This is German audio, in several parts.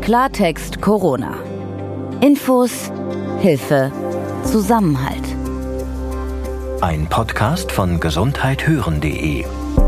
Klartext Corona. Infos, Hilfe, Zusammenhalt. Ein Podcast von gesundheithören.de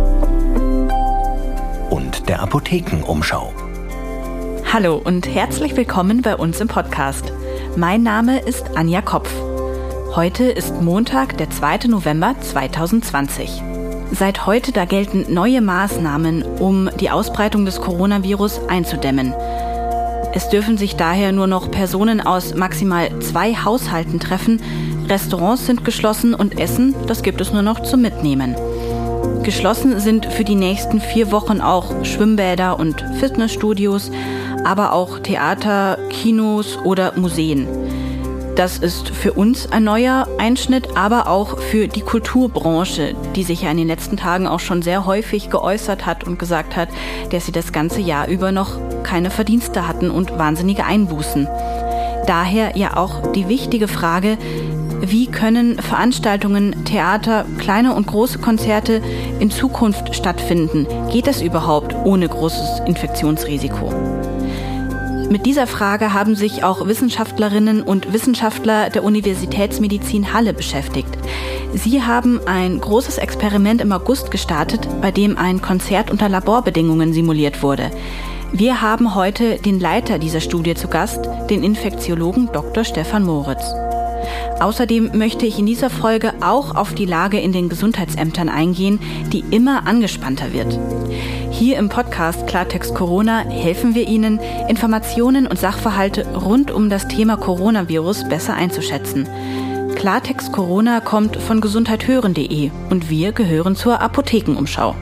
und der Apothekenumschau. Hallo und herzlich willkommen bei uns im Podcast. Mein Name ist Anja Kopf. Heute ist Montag, der 2. November 2020. Seit heute da gelten neue Maßnahmen, um die Ausbreitung des Coronavirus einzudämmen. Es dürfen sich daher nur noch Personen aus maximal 2 Haushalten treffen. Restaurants sind geschlossen und Essen, das gibt es nur noch zum Mitnehmen. Geschlossen sind für die nächsten 4 Wochen auch Schwimmbäder und Fitnessstudios, aber auch Theater, Kinos oder Museen. Das ist für uns ein neuer Einschnitt, aber auch für die Kulturbranche, die sich ja in den letzten Tagen auch schon sehr häufig geäußert hat und gesagt hat, dass sie das ganze Jahr über noch keine Verdienste hatten und wahnsinnige Einbußen. Daher ja auch die wichtige Frage, wie können Veranstaltungen, Theater, kleine und große Konzerte in Zukunft stattfinden? Geht das überhaupt ohne großes Infektionsrisiko? Mit dieser Frage haben sich auch Wissenschaftlerinnen und Wissenschaftler der Universitätsmedizin Halle beschäftigt. Sie haben ein großes Experiment im August gestartet, bei dem ein Konzert unter Laborbedingungen simuliert wurde. Wir haben heute den Leiter dieser Studie zu Gast, den Infektiologen Dr. Stefan Moritz. Außerdem möchte ich in dieser Folge auch auf die Lage in den Gesundheitsämtern eingehen, die immer angespannter wird. Hier im Podcast Klartext Corona helfen wir Ihnen, Informationen und Sachverhalte rund um das Thema Coronavirus besser einzuschätzen. Klartext Corona kommt von gesundheithören.de und wir gehören zur Apothekenumschau.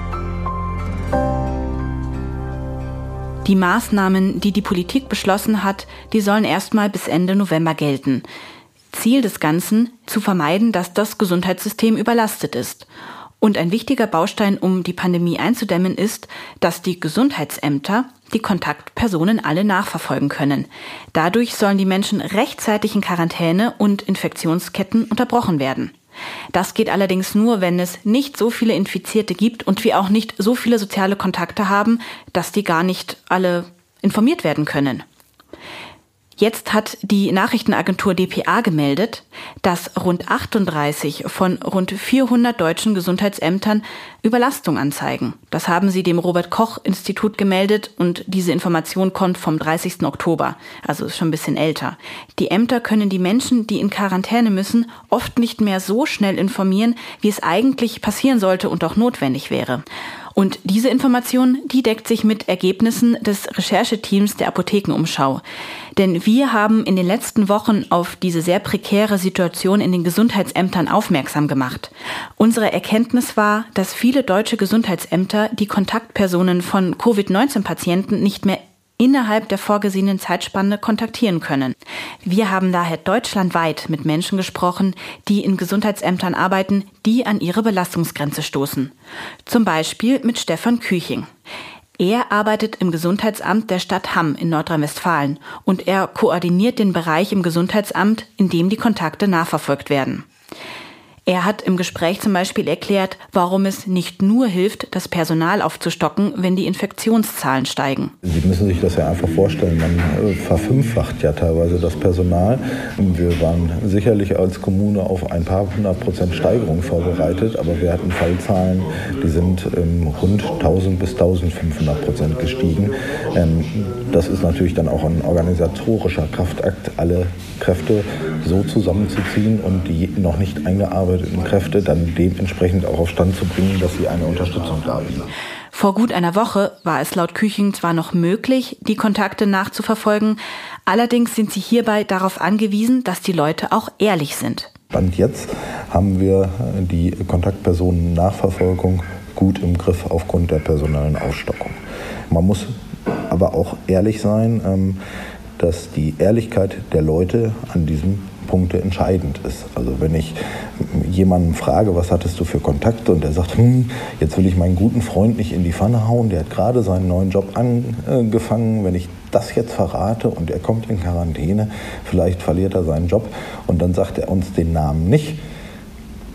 Die Maßnahmen, die die Politik beschlossen hat, die sollen erstmal bis Ende November gelten. Ziel des Ganzen, zu vermeiden, dass das Gesundheitssystem überlastet ist. Und ein wichtiger Baustein, um die Pandemie einzudämmen, ist, dass die Gesundheitsämter die Kontaktpersonen alle nachverfolgen können. Dadurch sollen die Menschen rechtzeitig in Quarantäne und Infektionsketten unterbrochen werden. Das geht allerdings nur, wenn es nicht so viele Infizierte gibt und wir auch nicht so viele soziale Kontakte haben, dass die gar nicht alle informiert werden können. Jetzt hat die Nachrichtenagentur dpa gemeldet, dass rund 38 von rund 400 deutschen Gesundheitsämtern Überlastung anzeigen. Das haben sie dem Robert-Koch-Institut gemeldet und diese Information kommt vom 30. Oktober, also ist schon ein bisschen älter. Die Ämter können die Menschen, die in Quarantäne müssen, oft nicht mehr so schnell informieren, wie es eigentlich passieren sollte und auch notwendig wäre. Und diese Information, die deckt sich mit Ergebnissen des Rechercheteams der Apothekenumschau. Denn wir haben in den letzten Wochen auf diese sehr prekäre Situation in den Gesundheitsämtern aufmerksam gemacht. Unsere Erkenntnis war, dass viele deutsche Gesundheitsämter die Kontaktpersonen von Covid-19-Patienten nicht mehr innerhalb der vorgesehenen Zeitspanne kontaktieren können. Wir haben daher deutschlandweit mit Menschen gesprochen, die in Gesundheitsämtern arbeiten, die an ihre Belastungsgrenze stoßen. Zum Beispiel mit Stefan Küching. Er arbeitet im Gesundheitsamt der Stadt Hamm in Nordrhein-Westfalen und er koordiniert den Bereich im Gesundheitsamt, in dem die Kontakte nachverfolgt werden. Er hat im Gespräch zum Beispiel erklärt, warum es nicht nur hilft, das Personal aufzustocken, wenn die Infektionszahlen steigen. Sie müssen sich das ja einfach vorstellen, man verfünffacht ja teilweise das Personal. Wir waren sicherlich als Kommune auf ein paar 100% Steigerung vorbereitet, aber wir hatten Fallzahlen, die sind rund 1000 bis 1500% gestiegen. Das ist natürlich dann auch ein organisatorischer Kraftakt, alle Kräfte so zusammenzuziehen und die noch nicht eingearbeiteten Kräfte dann dementsprechend auch auf Stand zu bringen, dass sie eine Unterstützung darbieten. Vor gut einer Woche war es laut Küching zwar noch möglich, die Kontakte nachzuverfolgen, allerdings sind sie hierbei darauf angewiesen, dass die Leute auch ehrlich sind. Und jetzt haben wir die Kontaktpersonennachverfolgung gut im Griff aufgrund der personellen Aufstockung. Man muss aber auch ehrlich sein, dass die Ehrlichkeit der Leute an diesem Punkt entscheidend ist. Also wenn ich jemanden frage, was hattest du für Kontakte und der sagt, jetzt will ich meinen guten Freund nicht in die Pfanne hauen, der hat gerade seinen neuen Job angefangen, wenn ich das jetzt verrate und er kommt in Quarantäne, vielleicht verliert er seinen Job und dann sagt er uns den Namen nicht,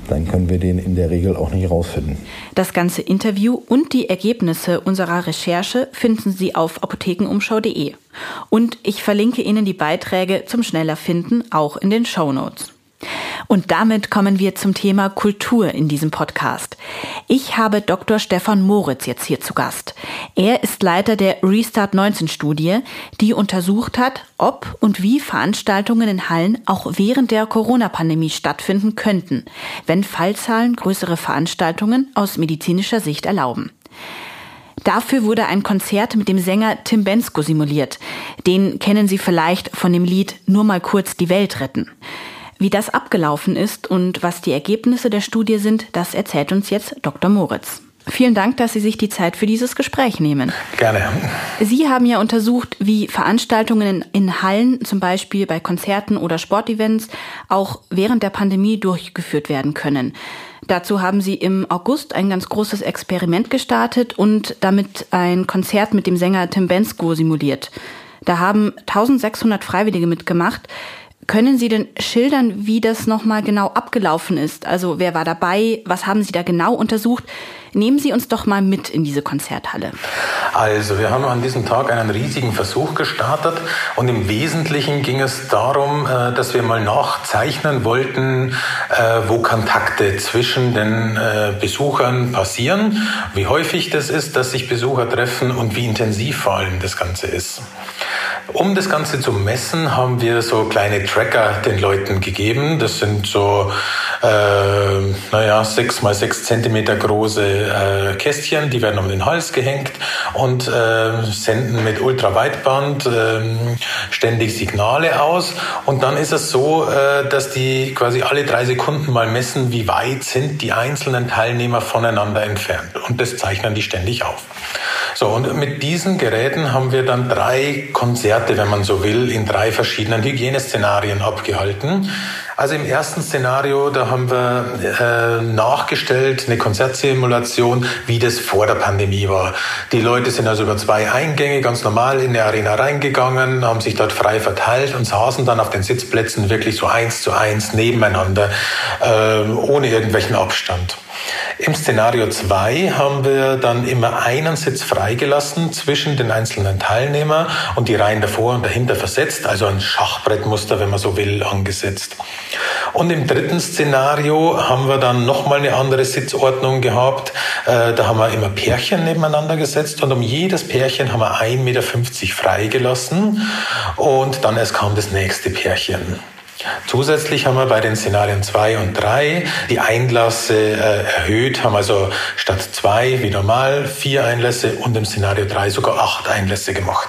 dann können wir den in der Regel auch nicht rausfinden. Das ganze Interview und die Ergebnisse unserer Recherche finden Sie auf apothekenumschau.de. Und ich verlinke Ihnen die Beiträge zum schneller Finden auch in den Shownotes. Und damit kommen wir zum Thema Kultur in diesem Podcast. Ich habe Dr. Stefan Moritz jetzt hier zu Gast. Er ist Leiter der Restart 19 Studie, die untersucht hat, ob und wie Veranstaltungen in Hallen auch während der Corona-Pandemie stattfinden könnten, wenn Fallzahlen größere Veranstaltungen aus medizinischer Sicht erlauben. Dafür wurde ein Konzert mit dem Sänger Tim Bendzko simuliert. Den kennen Sie vielleicht von dem Lied Nur mal kurz die Welt retten. Wie das abgelaufen ist und was die Ergebnisse der Studie sind, das erzählt uns jetzt Dr. Moritz. Vielen Dank, dass Sie sich die Zeit für dieses Gespräch nehmen. Gerne. Sie haben ja untersucht, wie Veranstaltungen in Hallen, zum Beispiel bei Konzerten oder Sportevents, auch während der Pandemie durchgeführt werden können. Dazu haben Sie im August ein ganz großes Experiment gestartet und damit ein Konzert mit dem Sänger Tim Bendzko simuliert. Da haben 1600 Freiwillige mitgemacht. Können Sie denn schildern, wie das nochmal genau abgelaufen ist? Also wer war dabei? Was haben Sie da genau untersucht? Nehmen Sie uns doch mal mit in diese Konzerthalle. Also wir haben an diesem Tag einen riesigen Versuch gestartet und im Wesentlichen ging es darum, dass wir mal nachzeichnen wollten, wo Kontakte zwischen den Besuchern passieren, wie häufig das ist, dass sich Besucher treffen und wie intensiv vor allem das Ganze ist. Um das Ganze zu messen, haben wir so kleine Tracker den Leuten gegeben. Das sind so 6 mal 6 Zentimeter große Kästchen, die werden um den Hals gehängt und senden mit Ultraweitband ständig Signale aus. Und dann ist es so, dass die quasi alle 3 Sekunden mal messen, wie weit sind die einzelnen Teilnehmer voneinander entfernt. Und das zeichnen die ständig auf. So, und mit diesen Geräten haben wir dann 3 Konzerte, wenn man so will, in 3 verschiedenen Hygieneszenarien abgehalten. Also im ersten Szenario, da haben wir nachgestellt, eine Konzertsimulation, wie das vor der Pandemie war. Die Leute sind also über 2 Eingänge ganz normal in die Arena reingegangen, haben sich dort frei verteilt und saßen dann auf den Sitzplätzen wirklich so 1:1 nebeneinander, ohne irgendwelchen Abstand. Im Szenario 2 haben wir dann immer einen Sitz freigelassen zwischen den einzelnen Teilnehmern und die Reihen davor und dahinter versetzt, also ein Schachbrettmuster, wenn man so will, angesetzt. Und im dritten Szenario haben wir dann nochmal eine andere Sitzordnung gehabt. Da haben wir immer Pärchen nebeneinander gesetzt und um jedes Pärchen haben wir 1,50 Meter freigelassen und dann erst kam das nächste Pärchen. Zusätzlich haben wir bei den Szenarien 2 und 3 die Einlässe erhöht, haben also statt 2 wie normal 4 Einlässe und im Szenario 3 sogar 8 Einlässe gemacht.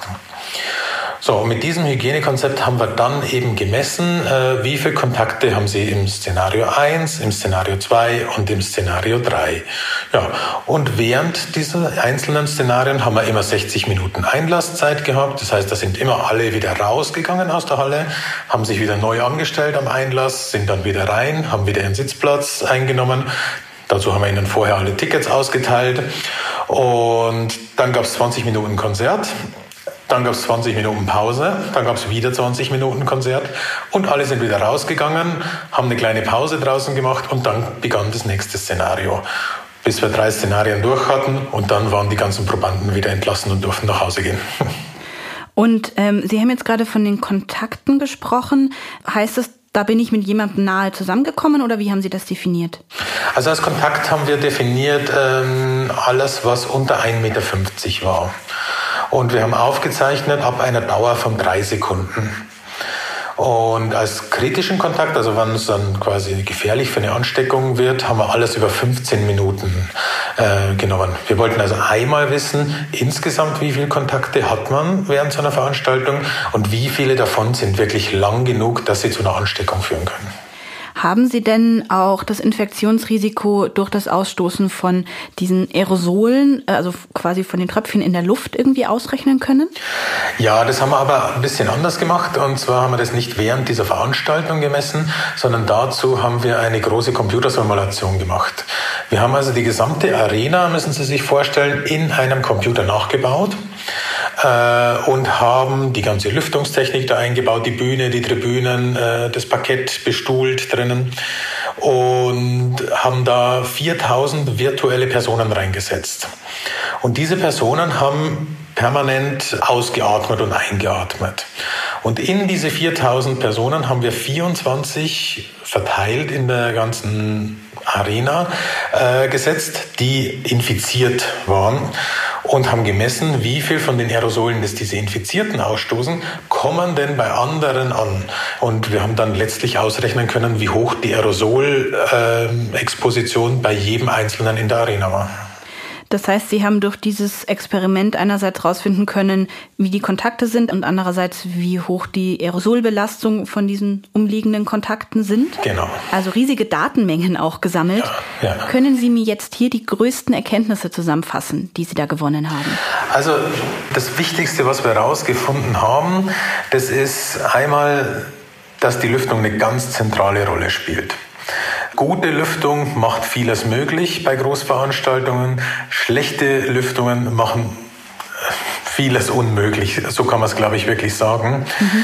So, und mit diesem Hygienekonzept haben wir dann eben gemessen, wie viele Kontakte haben Sie im Szenario 1, im Szenario 2 und im Szenario 3. Ja, und während dieser einzelnen Szenarien haben wir immer 60 Minuten Einlasszeit gehabt. Das heißt, da sind immer alle wieder rausgegangen aus der Halle, haben sich wieder neu angestellt am Einlass, sind dann wieder rein, haben wieder ihren Sitzplatz eingenommen. Dazu haben wir ihnen vorher alle Tickets ausgeteilt. Und dann gab es 20 Minuten Konzert. Dann gab es 20 Minuten Pause, dann gab es wieder 20 Minuten Konzert und alle sind wieder rausgegangen, haben eine kleine Pause draußen gemacht und dann begann das nächste Szenario, bis wir 3 Szenarien durch hatten und dann waren die ganzen Probanden wieder entlassen und durften nach Hause gehen. Und Sie haben jetzt gerade von den Kontakten gesprochen. Heißt das, da bin ich mit jemandem nahe zusammengekommen oder wie haben Sie das definiert? Also als Kontakt haben wir definiert alles, was unter 1,50 Meter war. Und wir haben aufgezeichnet ab einer Dauer von 3 Sekunden. Und als kritischen Kontakt, also wenn es dann quasi gefährlich für eine Ansteckung wird, haben wir alles über 15 Minuten genommen. Wir wollten also einmal wissen, insgesamt wie viele Kontakte hat man während so einer Veranstaltung und wie viele davon sind wirklich lang genug, dass sie zu einer Ansteckung führen können. Haben Sie denn auch das Infektionsrisiko durch das Ausstoßen von diesen Aerosolen, also quasi von den Tröpfchen in der Luft, irgendwie ausrechnen können? Ja, das haben wir aber ein bisschen anders gemacht. Und zwar haben wir das nicht während dieser Veranstaltung gemessen, sondern dazu haben wir eine große Computersimulation gemacht. Wir haben also die gesamte Arena, müssen Sie sich vorstellen, in einem Computer nachgebaut. Und haben die ganze Lüftungstechnik da eingebaut, die Bühne, die Tribünen, das Parkett bestuhlt drinnen. und haben da 4000 virtuelle Personen reingesetzt. Und diese Personen haben permanent ausgeatmet und eingeatmet. Und in diese 4000 Personen haben wir 24 verteilt in der ganzen Arena gesetzt, die infiziert waren und haben gemessen, wie viel von den Aerosolen, das diese Infizierten ausstoßen, kommen denn bei anderen an. Und wir haben dann letztlich ausrechnen können, wie hoch die Aerosol-Exposition bei jedem Einzelnen in der Arena war. Das heißt, Sie haben durch dieses Experiment einerseits herausfinden können, wie die Kontakte sind und andererseits, wie hoch die Aerosolbelastung von diesen umliegenden Kontakten sind. Genau. Also riesige Datenmengen auch gesammelt. Ja. Können Sie mir jetzt hier die größten Erkenntnisse zusammenfassen, die Sie da gewonnen haben? Also das Wichtigste, was wir herausgefunden haben, das ist einmal, dass die Lüftung eine ganz zentrale Rolle spielt. Gute Lüftung macht vieles möglich bei Großveranstaltungen. Schlechte Lüftungen machen vieles unmöglich. So kann man es, glaube ich, wirklich sagen.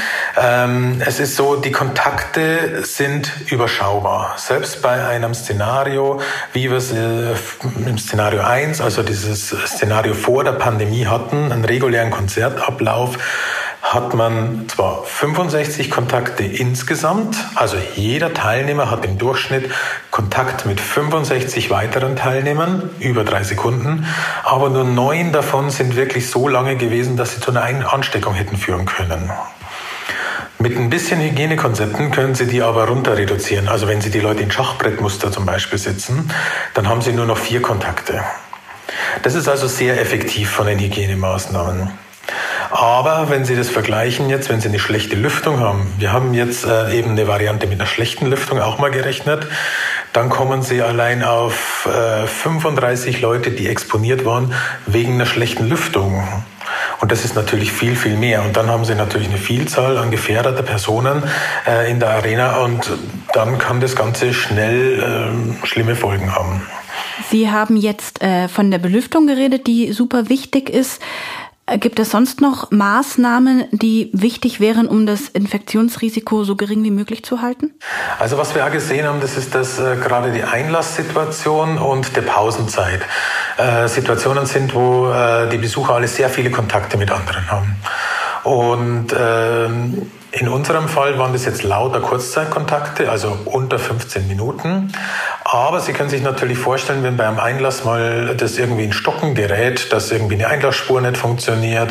Es ist so, die Kontakte sind überschaubar. Selbst bei einem Szenario, wie wir es im Szenario 1, also dieses Szenario vor der Pandemie hatten, einen regulären Konzertablauf, hat man zwar 65 Kontakte insgesamt, also jeder Teilnehmer hat im Durchschnitt Kontakt mit 65 weiteren Teilnehmern, über 3 Sekunden, aber nur 9 davon sind wirklich so lange gewesen, dass sie zu einer Ansteckung hätten führen können. Mit ein bisschen Hygienekonzepten können Sie die aber runter reduzieren. Also wenn Sie die Leute in Schachbrettmuster zum Beispiel sitzen, dann haben Sie nur noch 4 Kontakte. Das ist also sehr effektiv von den Hygienemaßnahmen. Aber wenn Sie das vergleichen jetzt, wenn Sie eine schlechte Lüftung haben, wir haben jetzt eben eine Variante mit einer schlechten Lüftung auch mal gerechnet, dann kommen Sie allein auf 35 Leute, die exponiert waren wegen einer schlechten Lüftung. Und das ist natürlich viel, viel mehr. Und dann haben Sie natürlich eine Vielzahl an gefährdeter Personen in der Arena und dann kann das Ganze schnell schlimme Folgen haben. Sie haben jetzt von der Belüftung geredet, die super wichtig ist. Gibt es sonst noch Maßnahmen, die wichtig wären, um das Infektionsrisiko so gering wie möglich zu halten? Also was wir auch gesehen haben, das ist, dass gerade die Einlasssituation und der Pausenzeit Situationen sind, wo die Besucher alle sehr viele Kontakte mit anderen haben. Und in unserem Fall waren das jetzt lauter Kurzzeitkontakte, also unter 15 Minuten. Aber Sie können sich natürlich vorstellen, wenn bei einem Einlass mal das irgendwie in Stocken gerät, dass irgendwie eine Einlassspur nicht funktioniert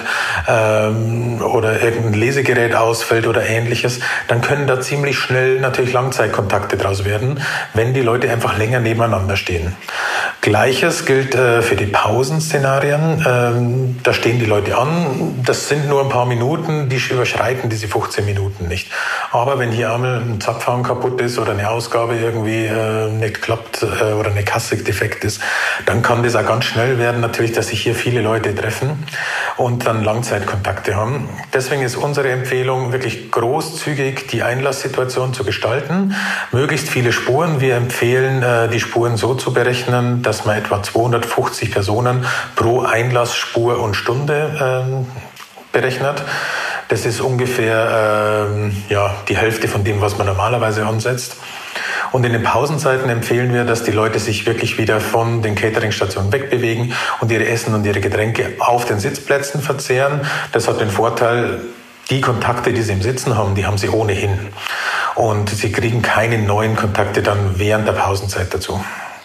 oder irgendein Lesegerät ausfällt oder Ähnliches, dann können da ziemlich schnell natürlich Langzeitkontakte draus werden, wenn die Leute einfach länger nebeneinander stehen. Gleiches gilt für die Pausenszenarien. Da stehen die Leute an. Das sind nur ein paar Minuten, die überschreiten diese 15 Minuten nicht. Aber wenn hier einmal ein Zapfhahn kaputt ist oder eine Ausgabe irgendwie nicht klappt oder eine Kasse defekt ist, dann kann das auch ganz schnell werden, natürlich, dass sich hier viele Leute treffen und dann Langzeitkontakte haben. Deswegen ist unsere Empfehlung, wirklich großzügig die Einlasssituation zu gestalten. Möglichst viele Spuren. Wir empfehlen, die Spuren so zu berechnen, dass man etwa 250 Personen pro Einlassspur und Stunde berechnet. Das ist ungefähr die Hälfte von dem, was man normalerweise ansetzt. Und in den Pausenzeiten empfehlen wir, dass die Leute sich wirklich wieder von den Cateringstationen wegbewegen und ihre Essen und ihre Getränke auf den Sitzplätzen verzehren. Das hat den Vorteil, die Kontakte, die sie im Sitzen haben, die haben sie ohnehin. Und sie kriegen keine neuen Kontakte dann während der Pausenzeit dazu.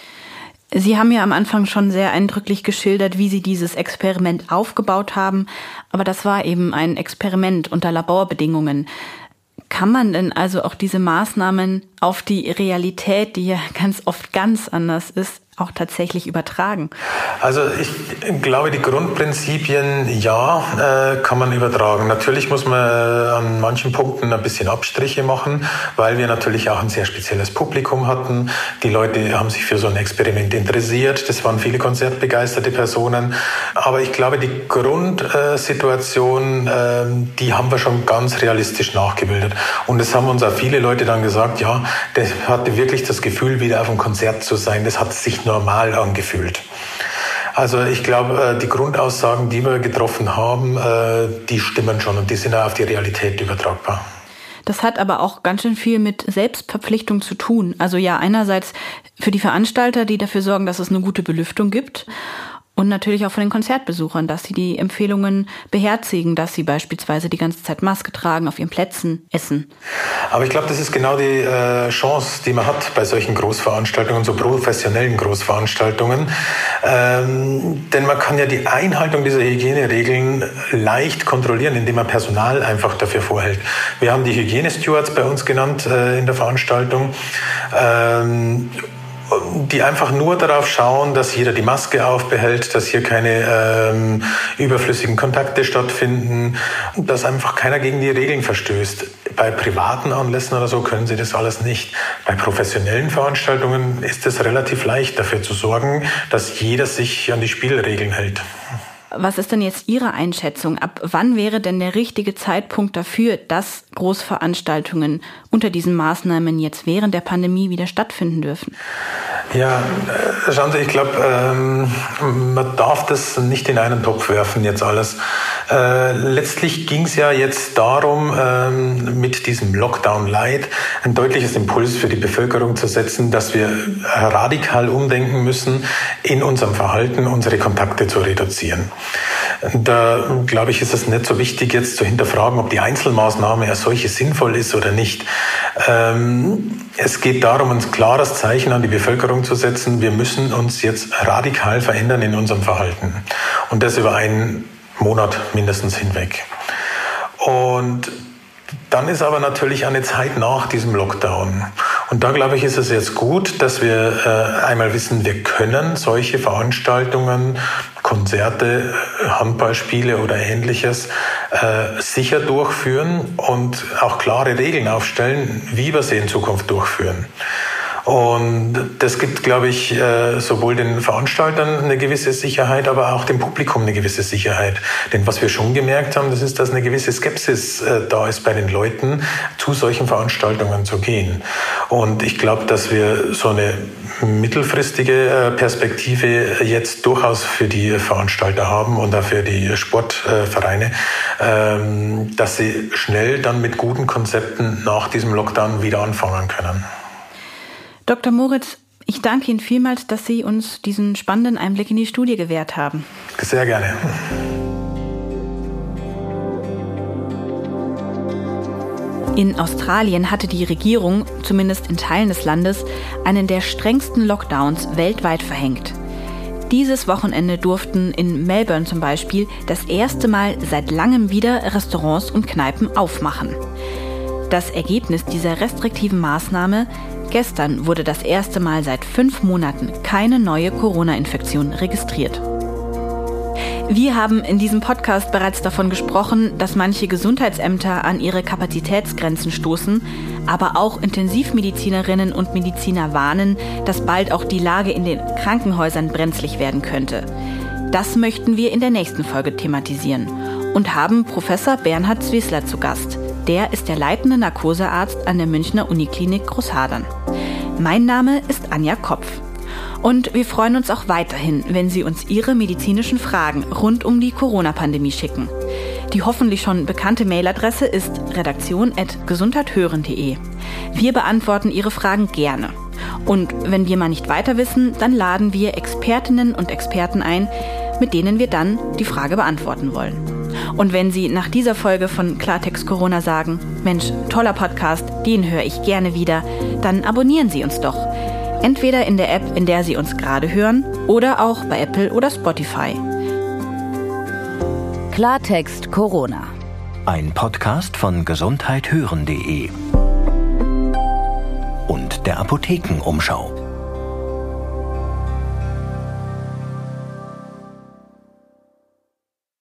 Sie haben ja am Anfang schon sehr eindrücklich geschildert, wie Sie dieses Experiment aufgebaut haben. Aber das war eben ein Experiment unter Laborbedingungen. Kann man denn also auch diese Maßnahmen auf die Realität, die ja ganz oft ganz anders ist, auch tatsächlich übertragen? Also ich glaube, die Grundprinzipien, kann man übertragen. Natürlich muss man an manchen Punkten ein bisschen Abstriche machen, weil wir natürlich auch ein sehr spezielles Publikum hatten. Die Leute haben sich für so ein Experiment interessiert. Das waren viele konzertbegeisterte Personen. Aber ich glaube, die Grundsituation, die haben wir schon ganz realistisch nachgebildet. Und es haben uns auch viele Leute dann gesagt, ja, der hatte wirklich das Gefühl, wieder auf einem Konzert zu sein. Das hat sich normal angefühlt. Also ich glaube, die Grundaussagen, die wir getroffen haben, die stimmen schon und die sind auch auf die Realität übertragbar. Das hat aber auch ganz schön viel mit Selbstverpflichtung zu tun. Also ja, einerseits für die Veranstalter, die dafür sorgen, dass es eine gute Belüftung gibt. Und natürlich auch von den Konzertbesuchern, dass sie die Empfehlungen beherzigen, dass sie beispielsweise die ganze Zeit Maske tragen, auf ihren Plätzen essen. Aber ich glaube, das ist genau die Chance, die man hat bei solchen Großveranstaltungen, so professionellen Großveranstaltungen. Denn man kann ja die Einhaltung dieser Hygieneregeln leicht kontrollieren, indem man Personal einfach dafür vorhält. Wir haben die Hygienestewards bei uns genannt in der Veranstaltung, die einfach nur darauf schauen, dass jeder die Maske aufbehält, dass hier keine überflüssigen Kontakte stattfinden und dass einfach keiner gegen die Regeln verstößt. Bei privaten Anlässen oder so können sie das alles nicht. Bei professionellen Veranstaltungen ist es relativ leicht, dafür zu sorgen, dass jeder sich an die Spielregeln hält. Was ist denn jetzt Ihre Einschätzung? Ab wann wäre denn der richtige Zeitpunkt dafür, dass Großveranstaltungen unter diesen Maßnahmen jetzt während der Pandemie wieder stattfinden dürfen? Ja, schauen Sie, ich glaube, man darf das nicht in einen Topf werfen jetzt alles. Letztlich ging es ja jetzt darum, mit diesem Lockdown Light ein deutliches Impuls für die Bevölkerung zu setzen, dass wir radikal umdenken müssen, in unserem Verhalten unsere Kontakte zu reduzieren. Da, glaube ich, ist es nicht so wichtig, jetzt zu hinterfragen, ob die Einzelmaßnahme als solche sinnvoll ist oder nicht. Es geht darum, ein klares Zeichen an die Bevölkerung zu setzen. Wir müssen uns jetzt radikal verändern in unserem Verhalten. Und das über einen Monat mindestens hinweg. Und dann ist aber natürlich eine Zeit nach diesem Lockdown. Und da, glaube ich, ist es jetzt gut, dass wir einmal wissen, wir können solche Veranstaltungen, Konzerte, Handballspiele oder Ähnliches sicher durchführen und auch klare Regeln aufstellen, wie wir sie in Zukunft durchführen. Und das gibt, glaube ich, sowohl den Veranstaltern eine gewisse Sicherheit, aber auch dem Publikum eine gewisse Sicherheit. Denn was wir schon gemerkt haben, das ist, dass eine gewisse Skepsis da ist bei den Leuten, zu solchen Veranstaltungen zu gehen. Und ich glaube, dass wir so eine mittelfristige Perspektive jetzt durchaus für die Veranstalter haben und auch für die Sportvereine, dass sie schnell dann mit guten Konzepten nach diesem Lockdown wieder anfangen können. Dr. Moritz, ich danke Ihnen vielmals, dass Sie uns diesen spannenden Einblick in die Studie gewährt haben. Sehr gerne. In Australien hatte die Regierung, zumindest in Teilen des Landes, einen der strengsten Lockdowns weltweit verhängt. Dieses Wochenende durften in Melbourne zum Beispiel das erste Mal seit langem wieder Restaurants und Kneipen aufmachen. Das Ergebnis dieser restriktiven Maßnahme: gestern wurde das erste Mal seit 5 Monaten keine neue Corona-Infektion registriert. Wir haben in diesem Podcast bereits davon gesprochen, dass manche Gesundheitsämter an ihre Kapazitätsgrenzen stoßen, aber auch Intensivmedizinerinnen und Mediziner warnen, dass bald auch die Lage in den Krankenhäusern brenzlig werden könnte. Das möchten wir in der nächsten Folge thematisieren und haben Professor Bernhard Zwissler zu Gast. Der ist der leitende Narkosearzt an der Münchner Uniklinik Großhadern. Mein Name ist Anja Kopf. Und wir freuen uns auch weiterhin, wenn Sie uns Ihre medizinischen Fragen rund um die Corona-Pandemie schicken. Die hoffentlich schon bekannte Mailadresse ist redaktion@gesundheithören.de. Wir beantworten Ihre Fragen gerne. Und wenn wir mal nicht weiter wissen, dann laden wir Expertinnen und Experten ein, mit denen wir dann die Frage beantworten wollen. Und wenn Sie nach dieser Folge von Klartext Corona sagen, Mensch, toller Podcast, den höre ich gerne wieder, dann abonnieren Sie uns doch. Entweder in der App, in der Sie uns gerade hören, oder auch bei Apple oder Spotify. Klartext Corona. Ein Podcast von gesundheithören.de und der Apothekenumschau.